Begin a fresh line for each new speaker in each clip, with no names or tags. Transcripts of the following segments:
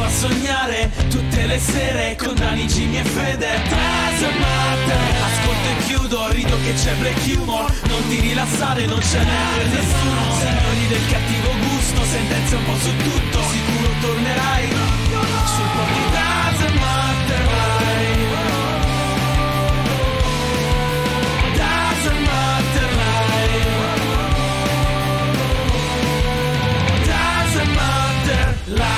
a sognare tutte le sere con Dani, Jimmy e Fede. Doesn't matter. Ascolto e chiudo, rido che c'è black humor. Non ti rilassare, non ce n'è per nessuno. Signori del cattivo gusto, sentenze un po' su tutto. Sicuro tornerai sul po' di Doesn't matter. Doesn't matter. Doesn't matter.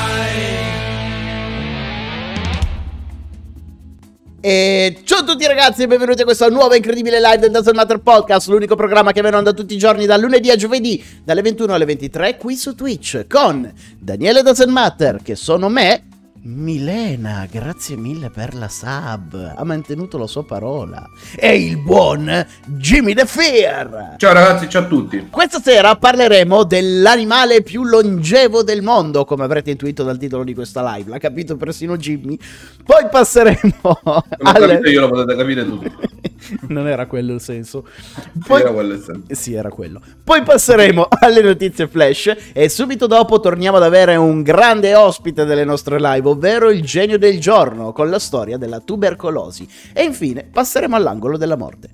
E ciao a tutti ragazzi e benvenuti a questa nuova incredibile live del Doesn't Matter Podcast, l'unico programma che viene onda tutti i giorni dal lunedì a giovedì dalle 21 alle 23 qui su Twitch con Daniele Doesn't Matter, che sono me, Milena, grazie mille per la sub, ha mantenuto la sua parola, e il buon Jimmy The Fear.
Ciao ragazzi, ciao a tutti.
Questa sera parleremo dell'animale più longevo del mondo, come avrete intuito dal titolo di questa live, l'ha capito persino Jimmy. Poi passeremo
capito io, lo potete capire tutti.
Non era quello il senso.
Poi... era quello il senso.
Sì, era quello. Poi passeremo alle notizie flash e subito dopo torniamo ad avere un grande ospite delle nostre live, ovvero il genio del giorno con la storia della tubercolosi. E infine passeremo all'angolo della morte.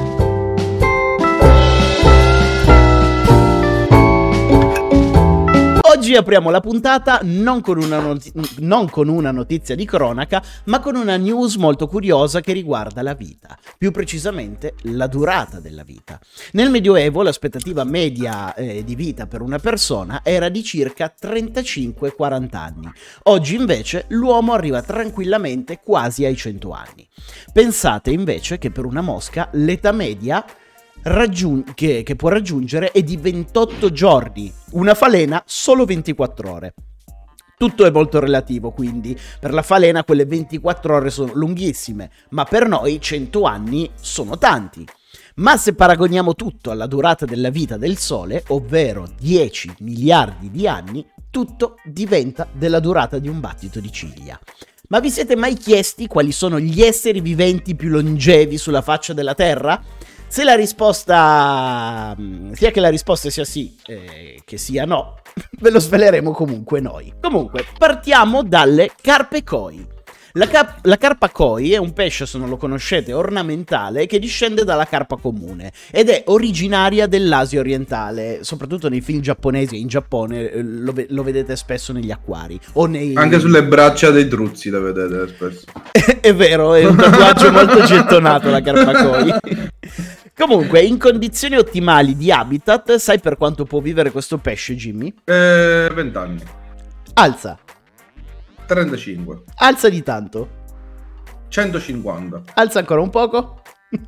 Oggi apriamo la puntata non con una notizia di cronaca, ma con una news molto curiosa che riguarda la vita, più precisamente la durata della vita. Nel Medioevo l'aspettativa media di vita per una persona era di circa 35-40 anni. Oggi invece l'uomo arriva tranquillamente quasi ai 100 anni. Pensate invece che per una mosca l'età media che può raggiungere è di 28 giorni, una falena solo 24 ore. Tutto è molto relativo, quindi per la falena quelle 24 ore sono lunghissime, ma per noi 100 anni sono tanti. Ma se paragoniamo tutto alla durata della vita del Sole, ovvero 10 miliardi di anni, tutto diventa della durata di un battito di ciglia. Ma vi siete mai chiesti quali sono gli esseri viventi più longevi sulla faccia della Terra? Se la risposta, sia che la risposta sia sì, che sia no, ve lo sveleremo comunque noi. Comunque, partiamo dalle carpe koi. La carpa koi è un pesce, se non lo conoscete, ornamentale che discende dalla carpa comune ed è originaria dell'Asia orientale, soprattutto nei film giapponesi e in Giappone lo vedete spesso negli acquari o
anche sulle braccia dei truzzi la vedete spesso.
È vero, è un tatuaggio molto gettonato la carpa koi. Comunque, in condizioni ottimali di habitat, sai per quanto può vivere questo pesce, Jimmy?
20 anni.
Alza.
35.
Alza di tanto.
150.
Alza ancora un poco.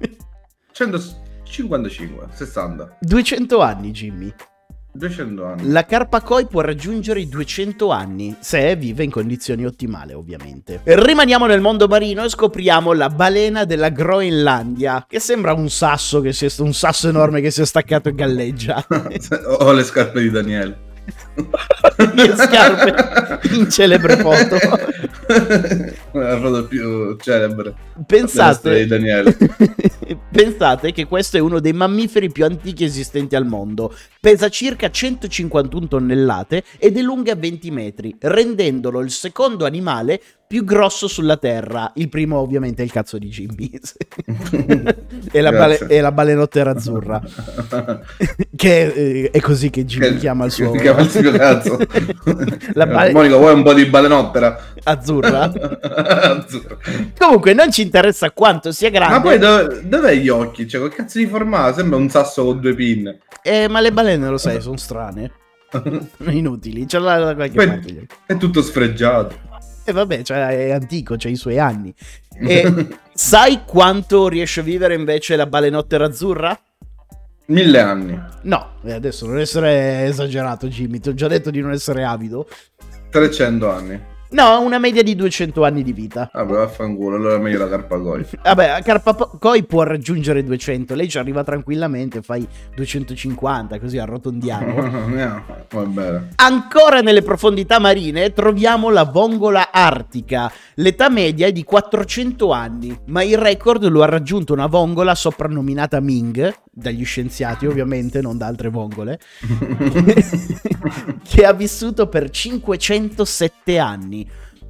155. 60.
200 anni, Jimmy.
200 anni.
La carpa koi può raggiungere i 200 anni, se vive in condizioni ottimali, ovviamente. Rimaniamo nel mondo marino e scopriamo la balena della Groenlandia, che sembra un sasso enorme che si è staccato e galleggia.
Ho le scarpe di Daniele.
Le mie scarpe in celebre foto.
La foto più celebre.
Pensate
di Daniele.
Pensate che questo è uno dei mammiferi più antichi esistenti al mondo. Pesa circa 151 tonnellate ed è lunga 20 metri, rendendolo il secondo animale più grosso sulla Terra. Il primo ovviamente è il cazzo di Jimmy. È la balenottera azzurra. Che è così che Jimmy chiama il suo
cazzo.
Monica,
vuoi un po' di balenottera?
Azzurra?
Azzurra.
Comunque non ci interessa quanto sia grande.
Ma poi dov'è gli occhi? Cioè, col cazzo di formato? Sembra un sasso con due pinne.
Ma le balene, lo sai, sono strane. Inutili. C'è da qualche parte.
È tutto sfregiato.
E vabbè, cioè, è antico, c'ha i suoi anni. E sai quanto riesce a vivere invece la balenottera azzurra?
1000 anni.
No, adesso non essere esagerato, Jimmy. Ti ho già detto di non essere avido.
300 anni.
No, una media di 200 anni di vita.
Vabbè, vaffanculo, allora è meglio la carpa koi.
Vabbè, la carpa koi può raggiungere 200, lei ci arriva tranquillamente, fai 250, così arrotondiamo.
No, va bene.
Ancora nelle profondità marine troviamo la vongola artica. L'età media è di 400 anni, ma il record lo ha raggiunto una vongola soprannominata Ming, dagli scienziati ovviamente, non da altre vongole, che ha vissuto per 507 anni.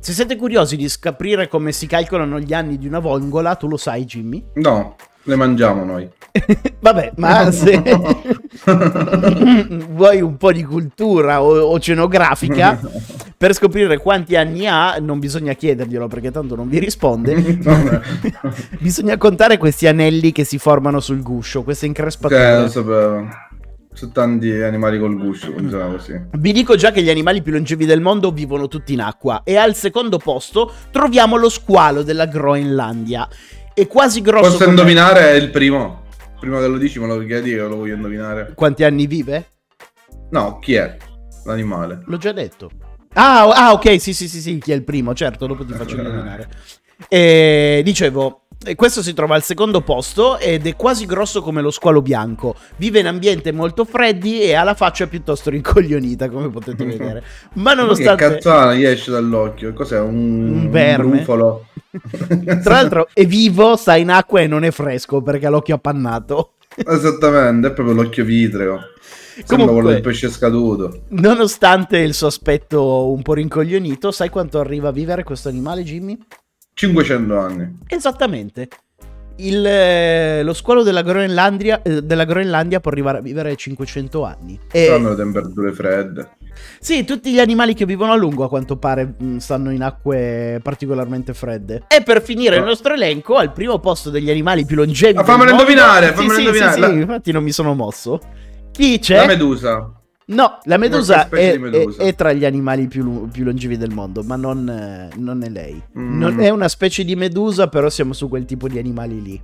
Se siete curiosi di scoprire come si calcolano gli anni di una vongola, tu lo sai, Jimmy?
No, le mangiamo noi.
Vabbè, ma se vuoi un po' di cultura oceanografica per scoprire quanti anni ha, non bisogna chiederglielo perché tanto non vi risponde. Bisogna contare questi anelli che si formano sul guscio, queste increspature.
Lo sapevo. Su tanti animali col guscio, funziona così.
Vi dico già che gli animali più longevi del mondo vivono tutti in acqua e al secondo posto troviamo lo squalo della Groenlandia. È quasi grosso.
Posso indovinare il primo? Prima che lo dici me lo chiedi, io lo voglio indovinare.
Quanti anni vive?
No, chi è? L'animale.
L'ho già detto. Ah, ok, sì, chi è il primo, certo, dopo ti faccio indovinare. Dicevo, questo si trova al secondo posto ed è quasi grosso come lo squalo bianco. Vive in ambienti molto freddi e ha la faccia piuttosto rincoglionita, come potete vedere. Ma nonostante...
Che cazzana gli esce dall'occhio? Cos'è? Un
verme?
brufolo?
Tra l'altro è vivo, sta in acqua e non è fresco perché ha l'occhio appannato.
Esattamente, è proprio l'occhio vitreo. Sembra quello del pesce scaduto.
Nonostante il suo aspetto un po' rincoglionito, sai quanto arriva a vivere questo animale, Jimmy? 500
anni.
Esattamente. Lo squalo della Groenlandia può arrivare a vivere 500 anni.
Stanno temperature fredde.
Sì, tutti gli animali che vivono a lungo a quanto pare stanno in acque particolarmente fredde. E per finire il nostro elenco, al primo posto degli animali più longevi del
fammelo
mondo...
indovinare,
Sì, infatti non mi sono mosso. Chi c'è?
La medusa.
No, la medusa
medusa.
è tra gli animali più longevi del mondo, ma non è lei. Non è una specie di medusa, però siamo su quel tipo di animali lì.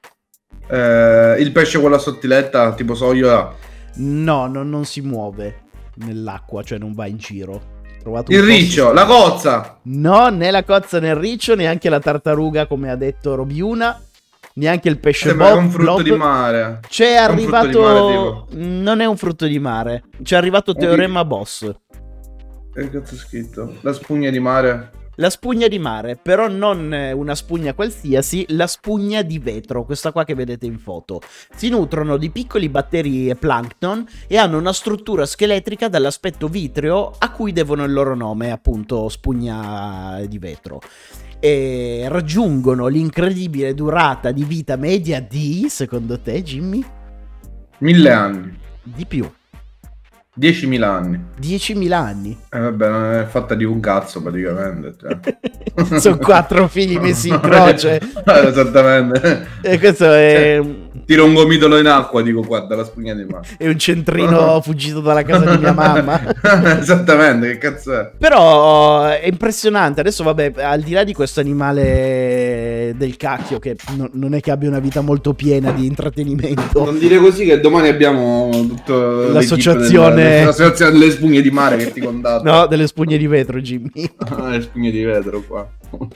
Il pesce con la sottiletta, tipo sogliola?
No, non si muove nell'acqua, cioè non va in giro.
Il riccio, la cozza!
No, né la cozza né il riccio, neanche la tartaruga, come ha detto Robiuna. Neanche il pesce
Bob. È un frutto di mare.
C'è arrivato. Non è un frutto di mare. C'è arrivato Teorema Boss.
Che cazzo è scritto? La spugna di mare.
La spugna di mare, però non una spugna qualsiasi, la spugna di vetro, questa qua che vedete in foto. Si nutrono di piccoli batteri e plankton e hanno una struttura scheletrica dall'aspetto vitreo a cui devono il loro nome, appunto spugna di vetro. E raggiungono l'incredibile durata di vita media di, secondo te, Jimmy?
1000 anni.
Di più.
10.000 anni.
10.000 anni.
Vabbè, non è fatta di un cazzo praticamente. Cioè.
Sono 4 figli messi in croce.
Esattamente.
E questo è...
Tiro un gomitolo in acqua, dico guarda la spugna di mare.
È un centrino fuggito dalla casa di mia mamma.
Esattamente, che cazzo è?
Però è impressionante. Adesso vabbè, al di là di questo animale del cacchio che non è che abbia una vita molto piena di intrattenimento.
Non dire così che domani abbiamo tutto
l'associazione
delle spugne di mare che ti contatta.
No, delle spugne di vetro, Jimmy.
Le spugne di vetro qua.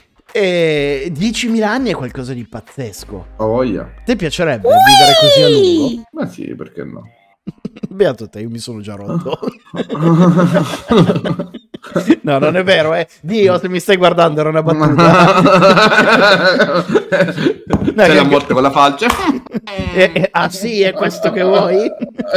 E 10.000 anni è qualcosa di pazzesco.
Ho voglia.
Ti piacerebbe vivere così a lungo?
Ma sì, perché no?
Beato te, io mi sono già rotto. No, non è vero, Dio, se mi stai guardando era una battuta. No,
c'è la morte con la falce.
Ah sì, è questo che vuoi?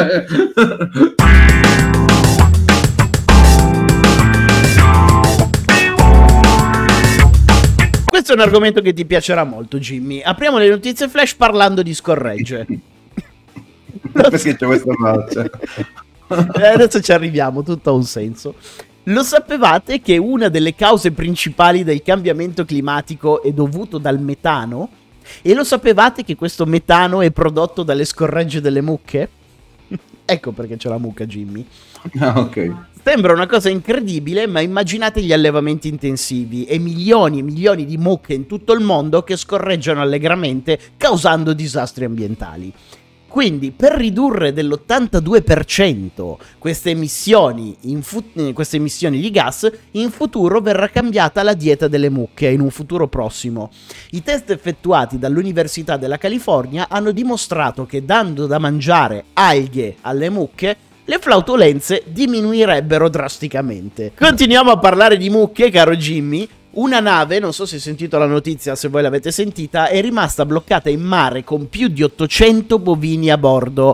Questo è un argomento che ti piacerà molto, Jimmy. Apriamo le notizie flash parlando di scorregge.
Perché c'è questa faccia?
Adesso ci arriviamo, tutto ha un senso. Lo sapevate che una delle cause principali del cambiamento climatico è dovuto dal metano? E lo sapevate che questo metano è prodotto dalle scorregge delle mucche? Ecco perché c'è la mucca, Jimmy.
Ah, ok.
Sembra una cosa incredibile, ma immaginate gli allevamenti intensivi e milioni di mucche in tutto il mondo che scorreggiano allegramente, causando disastri ambientali. Quindi, per ridurre dell'82% queste emissioni di gas, in futuro verrà cambiata la dieta delle mucche, in un futuro prossimo. I test effettuati dall'Università della California hanno dimostrato che dando da mangiare alghe alle mucche, le flautolenze diminuirebbero drasticamente. Continuiamo a parlare di mucche, caro Jimmy. Una nave, non so se hai sentito la notizia, se voi l'avete sentita, è rimasta bloccata in mare con più di 800 bovini a bordo.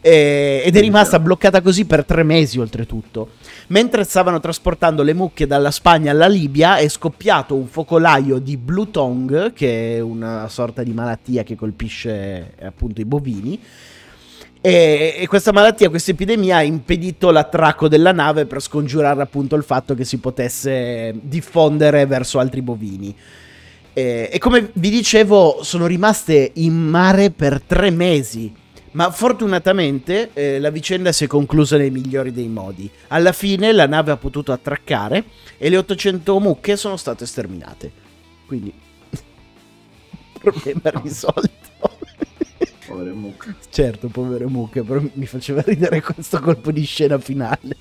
ed è rimasta bloccata così per 3 mesi oltretutto. Mentre stavano trasportando le mucche dalla Spagna alla Libia è scoppiato un focolaio di Blue Tongue, che è una sorta di malattia che colpisce appunto i bovini, e questa malattia, questa epidemia ha impedito l'attracco della nave per scongiurare appunto il fatto che si potesse diffondere verso altri bovini. E come vi dicevo, sono rimaste in mare per 3 mesi. Ma fortunatamente la vicenda si è conclusa nei migliori dei modi. Alla fine la nave ha potuto attraccare e le 800 mucche sono state sterminate. Quindi problema risolto.
Povere mucche.
Certo, povere mucche, però mi faceva ridere questo colpo di scena finale.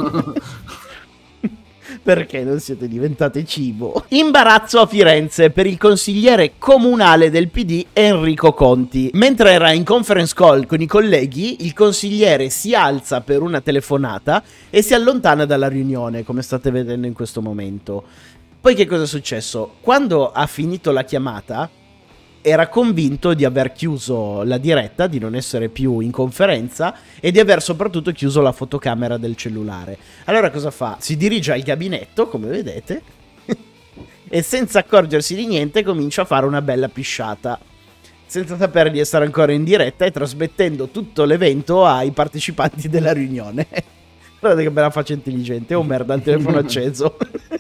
Perché non siete diventate cibo? Imbarazzo a Firenze per il consigliere comunale del PD Enrico Conti. Mentre era in conference call con i colleghi, il consigliere si alza per una telefonata e si allontana dalla riunione, come state vedendo in questo momento. Poi che cosa è successo? Quando ha finito la chiamata, era convinto di aver chiuso la diretta, di non essere più in conferenza e di aver soprattutto chiuso la fotocamera del cellulare. Allora cosa fa? Si dirige al gabinetto, come vedete, e senza accorgersi di niente comincia a fare una bella pisciata, senza sapere di essere ancora in diretta e trasmettendo tutto l'evento ai partecipanti della riunione. Guardate che bella faccia intelligente. Oh merda, il telefono acceso.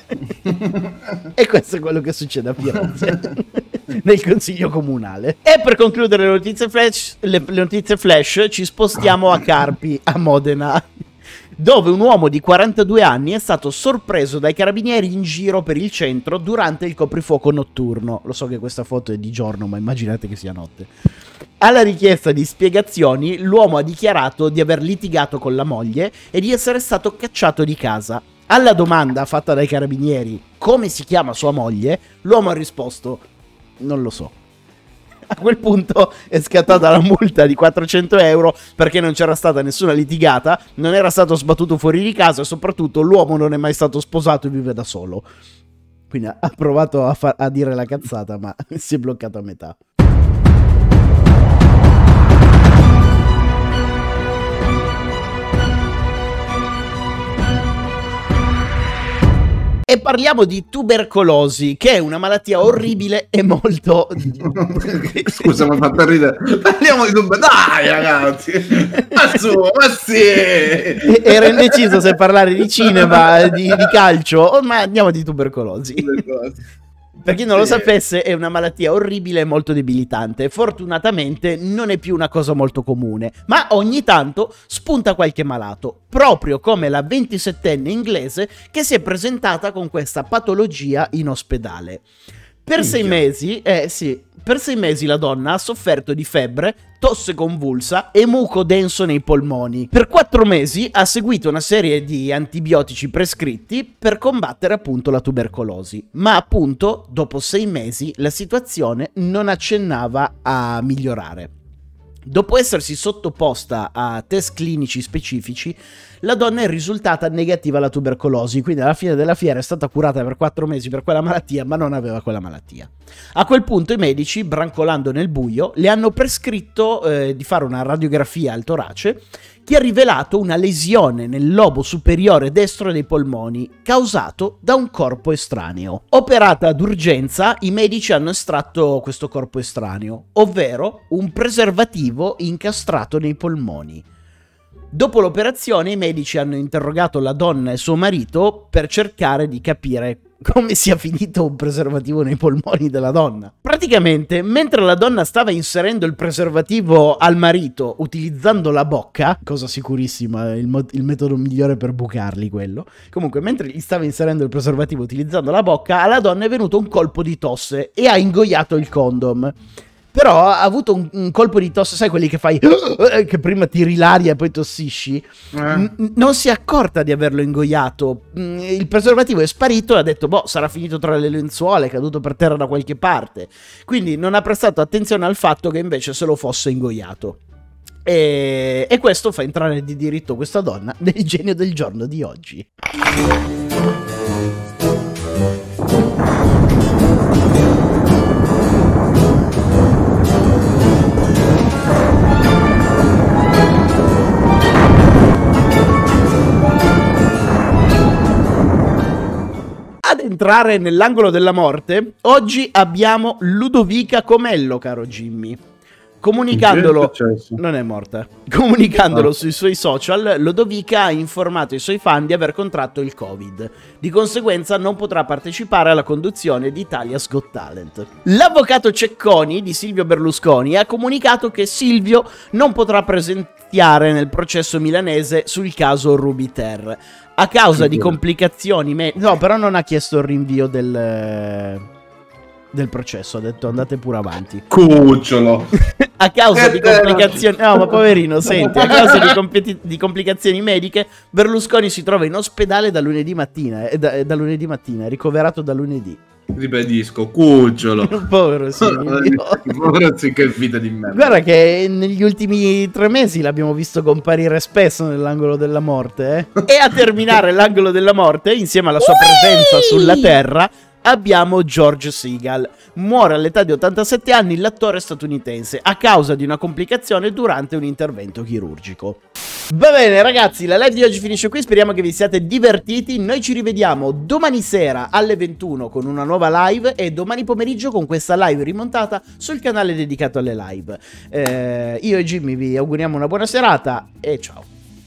E questo è quello che succede a Firenze nel consiglio comunale. E per concludere le notizie flash ci spostiamo a Carpi, a Modena, dove un uomo di 42 anni è stato sorpreso dai carabinieri in giro per il centro durante il coprifuoco notturno. Lo so che questa foto è di giorno, ma immaginate che sia notte. Alla richiesta di spiegazioni, l'uomo ha dichiarato di aver litigato con la moglie e di essere stato cacciato di casa. Alla domanda fatta dai carabinieri come si chiama sua moglie, l'uomo ha risposto: non lo so. A quel punto è scattata la multa di 400 euro perché non c'era stata nessuna litigata, non era stato sbattuto fuori di casa e soprattutto l'uomo non è mai stato sposato e vive da solo. Quindi ha provato a dire la cazzata, ma si è bloccato a metà. E parliamo di tubercolosi, che è una malattia orribile e molto...
Scusa, mi ha fatto ridere. Parliamo di tubercolosi. Dai, ragazzi! Ma sì!
Ero indeciso se parlare di cinema, di calcio, ma andiamo di tubercolosi. Per chi non lo sapesse, è una malattia orribile e molto debilitante. Fortunatamente non è più una cosa molto comune, ma ogni tanto spunta qualche malato, proprio come la 27enne inglese che si è presentata con questa patologia in ospedale. Per 6 mesi, per 6 mesi la donna ha sofferto di febbre, tosse convulsa e muco denso nei polmoni. Per 4 mesi ha seguito una serie di antibiotici prescritti per combattere appunto la tubercolosi. Ma appunto, dopo 6 mesi, la situazione non accennava a migliorare. Dopo essersi sottoposta a test clinici specifici, la donna è risultata negativa alla tubercolosi, quindi alla fine della fiera è stata curata per 4 mesi per quella malattia, ma non aveva quella malattia. A quel punto i medici, brancolando nel buio, le hanno prescritto di fare una radiografia al torace che ha rivelato una lesione nel lobo superiore destro dei polmoni, causato da un corpo estraneo. Operata d'urgenza, i medici hanno estratto questo corpo estraneo, ovvero un preservativo incastrato nei polmoni. Dopo l'operazione i medici hanno interrogato la donna e suo marito per cercare di capire come sia finito un preservativo nei polmoni della donna. Praticamente, mentre la donna stava inserendo il preservativo al marito utilizzando la bocca, cosa sicurissima, il metodo migliore per bucarli quello. Comunque, mentre gli stava inserendo il preservativo utilizzando la bocca, alla donna è venuto un colpo di tosse e ha ingoiato il condom. Però ha avuto un colpo di tosse, sai quelli che fai che prima tiri l'aria e poi tossisci? Non si è accorta di averlo ingoiato. Il preservativo è sparito e ha detto sarà finito tra le lenzuola, è caduto per terra da qualche parte. Quindi non ha prestato attenzione al fatto che invece se lo fosse ingoiato. E questo fa entrare di diritto questa donna nel genio del giorno di oggi. entrare nell'angolo della morte, oggi abbiamo Ludovica Comello, caro Jimmy. Comunicandolo, non è morta. Comunicandolo sui suoi social, Ludovica ha informato i suoi fan di aver contratto il Covid. Di conseguenza non potrà partecipare alla conduzione di Italia's Got Talent. L'avvocato Cecconi di Silvio Berlusconi ha comunicato che Silvio non potrà presenziare nel processo milanese sul caso Rubiter a causa di complicazioni no, però non ha chiesto il rinvio del processo, ha detto andate pure avanti.
Cucciolo.
A causa di complicazioni, no ma poverino, senti, a causa di complicazioni mediche, Berlusconi si trova in ospedale da lunedì mattina, da lunedì mattina, è ricoverato da lunedì.
Ribadisco, cucciolo.
Povero Silvio.
Povero che vita di merda.
Guarda che negli ultimi 3 mesi l'abbiamo visto comparire spesso nell'angolo della morte, E a terminare l'angolo della morte, insieme alla sua presenza sulla Terra, abbiamo George Segal. Muore all'età di 87 anni l'attore statunitense a causa di una complicazione durante un intervento chirurgico. Va bene ragazzi, la live di oggi finisce qui, speriamo che vi siate divertiti. Noi ci rivediamo domani sera alle 21 con una nuova live e domani pomeriggio con questa live rimontata sul canale dedicato alle live. Io e Jimmy vi auguriamo una buona serata e ciao.